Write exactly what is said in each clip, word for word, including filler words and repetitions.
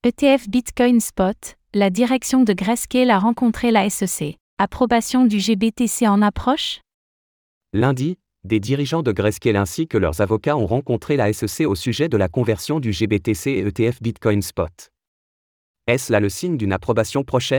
E T F Bitcoin Spot, la direction de Grayscale a rencontré la S E C. Approbation du G B T C en approche ? Lundi, des dirigeants de Grayscale ainsi que leurs avocats ont rencontré la S E C au sujet de la conversion du G B T C et E T F Bitcoin Spot. Est-ce là le signe d'une approbation prochaine ?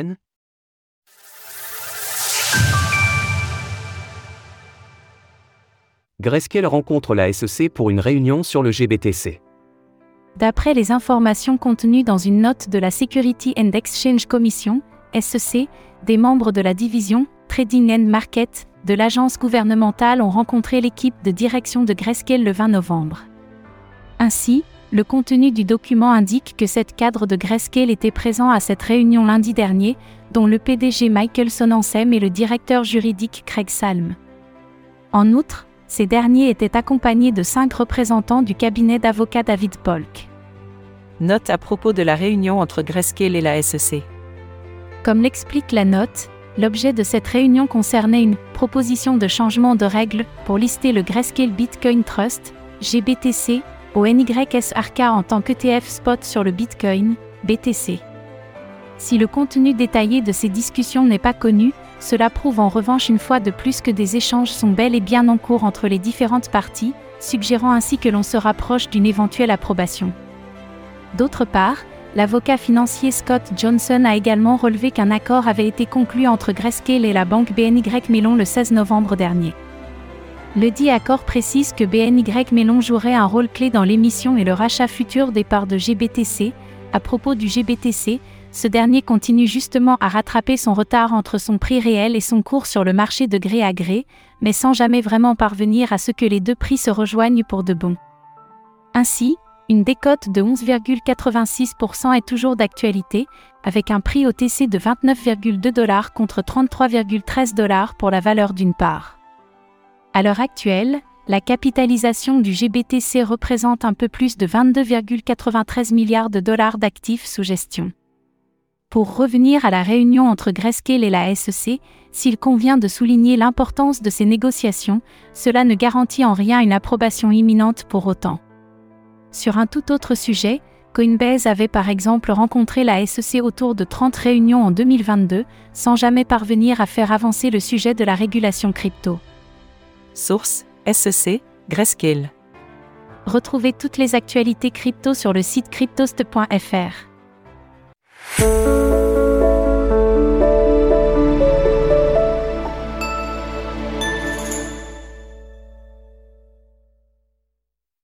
Grayscale rencontre la S E C pour une réunion sur le G B T C. D'après les informations contenues dans une note de la Security and Exchange Commission, S E C, des membres de la division Trading and Market de l'agence gouvernementale ont rencontré l'équipe de direction de Grayscale le vingt novembre. Ainsi, le contenu du document indique que sept cadres de Grayscale étaient présents à cette réunion lundi dernier, dont le P D G Michael Sonnensheim et le directeur juridique Craig Salm. En outre, ces derniers étaient accompagnés de cinq représentants du cabinet d'avocats David Polk. Note à propos de la réunion entre Grayscale et la S E C. Comme l'explique la note, l'objet de cette réunion concernait une proposition de changement de règles pour lister le Grayscale Bitcoin Trust, G B T C, au N Y S R K en tant qu'E T F spot sur le Bitcoin, B T C. Si le contenu détaillé de ces discussions n'est pas connu, cela prouve en revanche une fois de plus que des échanges sont bel et bien en cours entre les différentes parties, suggérant ainsi que l'on se rapproche d'une éventuelle approbation. D'autre part, l'avocat financier Scott Johnson a également relevé qu'un accord avait été conclu entre Grayscale et la banque B N Y Mellon le seize novembre dernier. Le dit accord précise que B N Y Mellon jouerait un rôle clé dans l'émission et le rachat futur des parts de G B T C. À propos du G B T C, ce dernier continue justement à rattraper son retard entre son prix réel et son cours sur le marché de gré à gré, mais sans jamais vraiment parvenir à ce que les deux prix se rejoignent pour de bon. Ainsi, une décote de onze virgule quatre-vingt-six pour cent est toujours d'actualité, avec un prix O T C de vingt-neuf virgule deux dollars contre trente-trois virgule treize dollars pour la valeur d'une part. À l'heure actuelle, la capitalisation du G B T C représente un peu plus de vingt-deux virgule quatre-vingt-treize milliards de dollars d'actifs sous gestion. Pour revenir à la réunion entre Grayscale et la S E C, s'il convient de souligner l'importance de ces négociations, cela ne garantit en rien une approbation imminente pour autant. Sur un tout autre sujet, Coinbase avait par exemple rencontré la S E C autour de trente réunions en deux mille vingt-deux, sans jamais parvenir à faire avancer le sujet de la régulation crypto. Source, S E C, Grayscale. Retrouvez toutes les actualités crypto sur le site cryptost point f r.